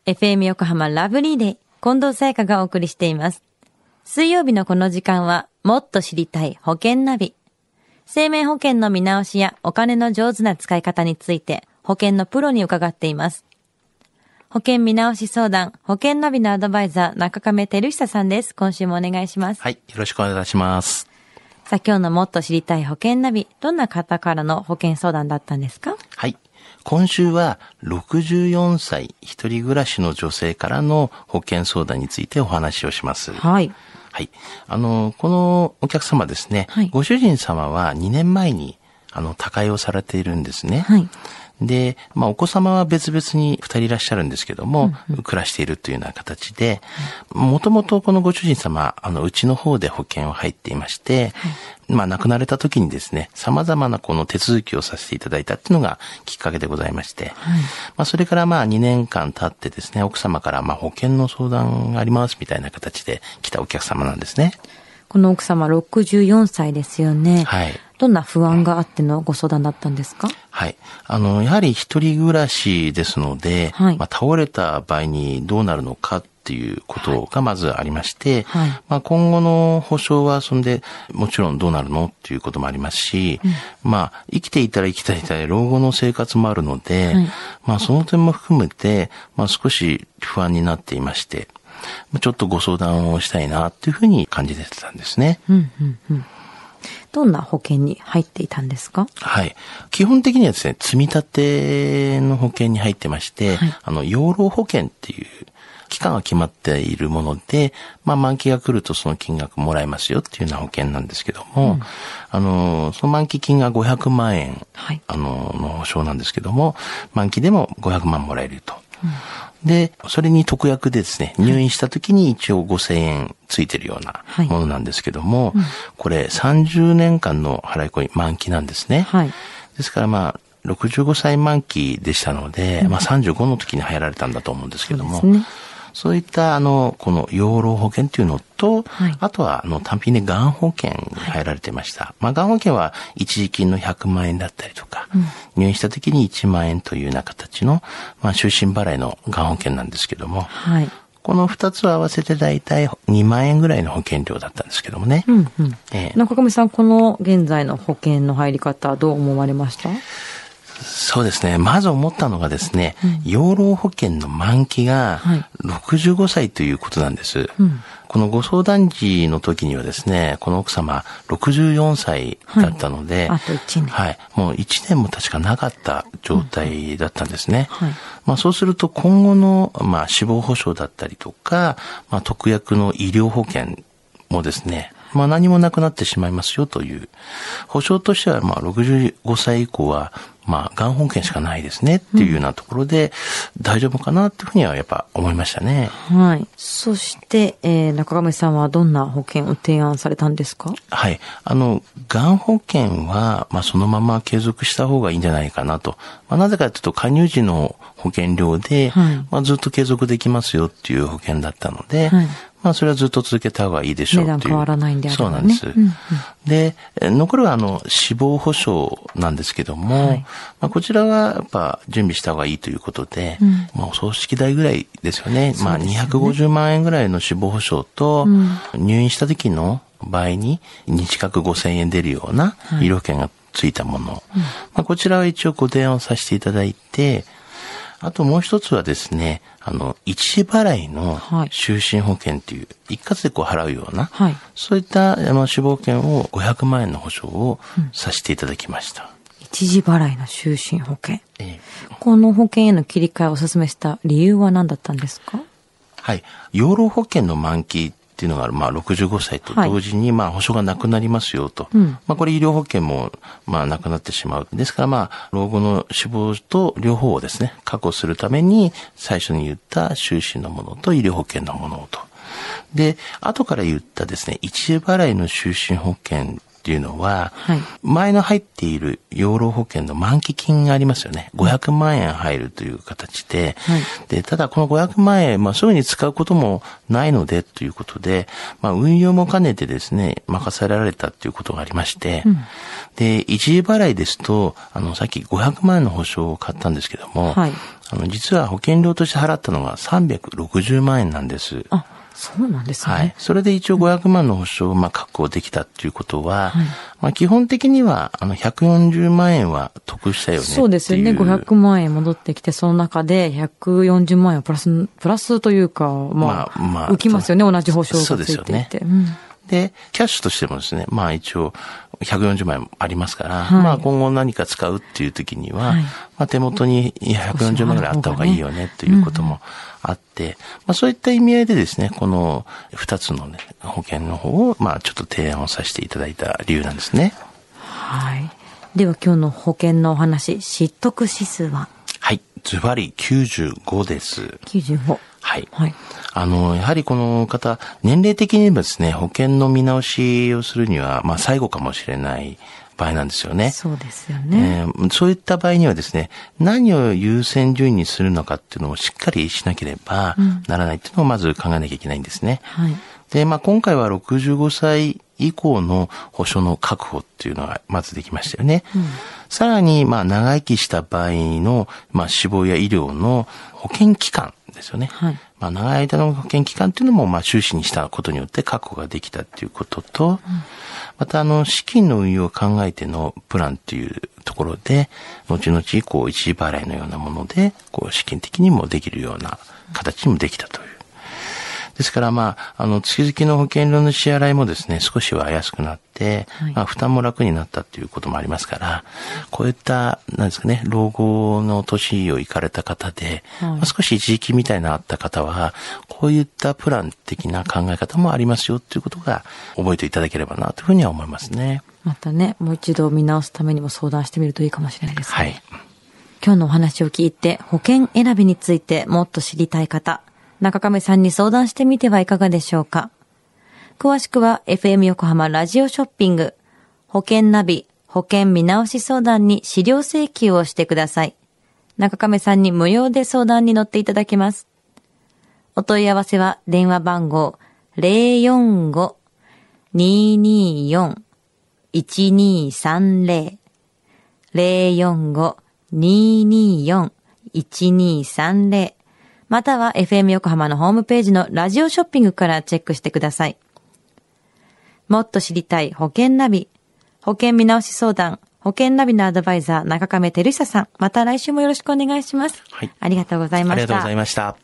FM 横浜ラブリーデー、近藤沙耶香がお送りしています。水曜日のこの時間は、もっと知りたい保険ナビ。生命保険の見直しやお金の上手な使い方について、保険のプロに伺っています。保険見直し相談、保険ナビのアドバイザー、中亀照久さんです。今週もお願いします。 はい、よろしくお願いします。 さあ、今日のもっと知りたい保険ナビ、どんな方からの保険相談だったんですか？ はい。今週は64歳一人暮らしの女性からの保険相談についてお話をします。 はい。 はい。このお客様ですね、はい、ご主人様は2年前に他界をされているんですね。はい。で、お子様は別々に2人いらっしゃるんですけども、暮らしているというような形で、もともとこのご主人様、うちの方で保険を入っていまして、亡くなられた時にですね、様々なこの手続きをさせていただいたっていうのがきっかけでございまして、それから2年間経ってですね、奥様から保険の相談がありますみたいな形で来たお客様なんですね。 この奥様64歳ですよね。 はい。 どんな不安があってのご相談だったんですか？ はい。やはり一人暮らしですので、はい、倒れた場合にどうなるのかっていうことがまずありまして、はい、今後の保証はそんでもちろんどうなるのっていうこともありますし、生きていたら生きていたら老後の生活もあるので、はい、その点も含めて、少し不安になっていまして、ちょっとご相談をしたいなっていうふうに感じてたんですね。 どんな保険に入っていたんですか？ はい。基本的にはですね、積み立ての保険に入ってまして、はい、養老保険っていう期間が決まっているもので、満期が来るとその金額もらえますよっていうような保険なんですけども、その満期金が500万円、はい、の保証なんですけども、満期でも500万もらえると。で、それに特約でですね、入院した時に一応5000円ついてるようなものなんですけども、これ30年間の払い込み満期なんですね。はい、ですから65歳満期でしたので、35の時に入られたんだと思うんですけども、そういったこの養老保険っていうのと、はい、あとは単品でがん保険に入られてました。がん保険は一時金の100万円だったりとか、入院した時に1万円というような形の、終身払いのがん保険なんですけども、はい、この2つを合わせてだいたい2万円ぐらいの保険料だったんですけどもね。 中上さん、この現在の保険の入り方どう思われました？ そうですね。まず思ったのがですね、養老保険の満期が65歳ということなんです。このご相談時の時にはですね、この奥様64歳だったので、 あと1年。 はい。もう1年も確かなかった状態だったんですね。そうすると今後の、死亡保障だったりとか、特約の医療保険もですね、何もなくなってしまいますよという。保証としては、65歳以降は、がん保険しかないですねっていうようなところで、大丈夫かなっていうふうにはやっぱ思いましたね。 はい。そして、中上さんはどんな保険を提案されたんですか？ はい。がん保険は、そのまま継続した方がいいんじゃないかなと。なぜかというと、加入時の保険料で、ずっと継続できますよっていう保険だったので、それはずっと続けた方がいいでしょうっていう。 値段変わらないんであればね。 そうなんです。で、残るは死亡保障なんですけども、こちらはやっぱ準備した方がいいということで、お葬式代ぐらいですよね。250万円ぐらいの死亡保障と、入院した時の場合に日額5000円出るような医療保険がついたもの。こちらは一応ご提案をさせていただいて、あともう一つはですね、一時払いの就寝保険っていう、一括で払うような、そういった死亡保険を500万円の保証をさせていただきました。 一時払いの就寝保険。この保険への切り替えをお勧めした理由は何だったんですか？ はい。養老保険の満期っていうのが65歳と同時に保証がなくなりますよと。これ医療保険もなくなってしまう。ですから老後の死亡と両方をですね、確保するために最初に言った就寝のものと医療保険のものと。で、後から言ったですね、一時払いの就寝保険っていうのは、 はい、 前の入っている養老保険の満期金がありますよね。500万円入るという形で、 はい、 で、ただこの500万円、すぐに使うこともないのでということで、運用も兼ねてですね、任せられたということがありまして、で、一時払いですと、さっき500万円の保証を買ったんですけども、 はい、 実は保険料として払ったのが360万円なんです。 あ、そうなんですね。 はい。それで一応500万の保証を確保できたっていうことは、基本的には140万円は得したよねっていう。 そうですよね。500万円戻ってきて、その中で140万円はプラスというか、浮きますよね。同じ保証がついていて。そうですよね。 で、キャッシュとしてもですね、一応140万円ありますから、今後何か使うっていう時には、手元に140万ぐらいあった方がいいよねということもあって、そういった意味合いでですね、この2つのね、保険の方を、ちょっと提案をさせていただいた理由なんですね。 はい。では今日の保険のお話、知得指数は？ はい。ズバリ95です。 95。 はい。はい。やはりこの方、年齢的にですね、保険の見直しをするには、最後かもしれない場合なんですよね。 そうですよね。 そういった場合にはですね、何を優先順位にするのかっていうのをしっかりしなければならないっていうのをまず考えなきゃいけないんですね。 はい。 で、今回は65歳以降の保証の確保っていうのがまずできましたよね。さらに、長生きした場合の、死亡や医療の保険期間ですよね。はい。長い間の保険期間っていうのも、終始にしたことによって確保ができたっていうことと、また、資金の運用を考えてのプランっていうところで、後々、一時払いのようなもので、資金的にもできるような形にもできたという。ですから、月々の保険料の支払いもですね、少しは安くなって、負担も楽になったっていうこともありますから、こういった、なんですかね、老後の年を行かれた方で、少し一時期みたいなあった方は、こういったプラン的な考え方もありますよっていうことが覚えていただければなというふうには思いますね。 またね、もう一度見直すためにも相談してみるといいかもしれないですね。 はい。 今日のお話を聞いて、保険選びについてもっと知りたい方、中亀さんに相談してみてはいかがでしょうか。詳しくは FM 横浜ラジオショッピング保険ナビ保険見直し相談に資料請求をしてください。中亀さんに無料で相談に乗っていただけます。お問い合わせは電話番号 045-224-1230 045-224-1230または FM 横浜のホームページのラジオショッピングからチェックしてください。もっと知りたい保険ナビ、保険見直し相談、保険ナビのアドバイザー中亀照久さん、また来週もよろしくお願いします。 はい。 ありがとうございました。 ありがとうございました。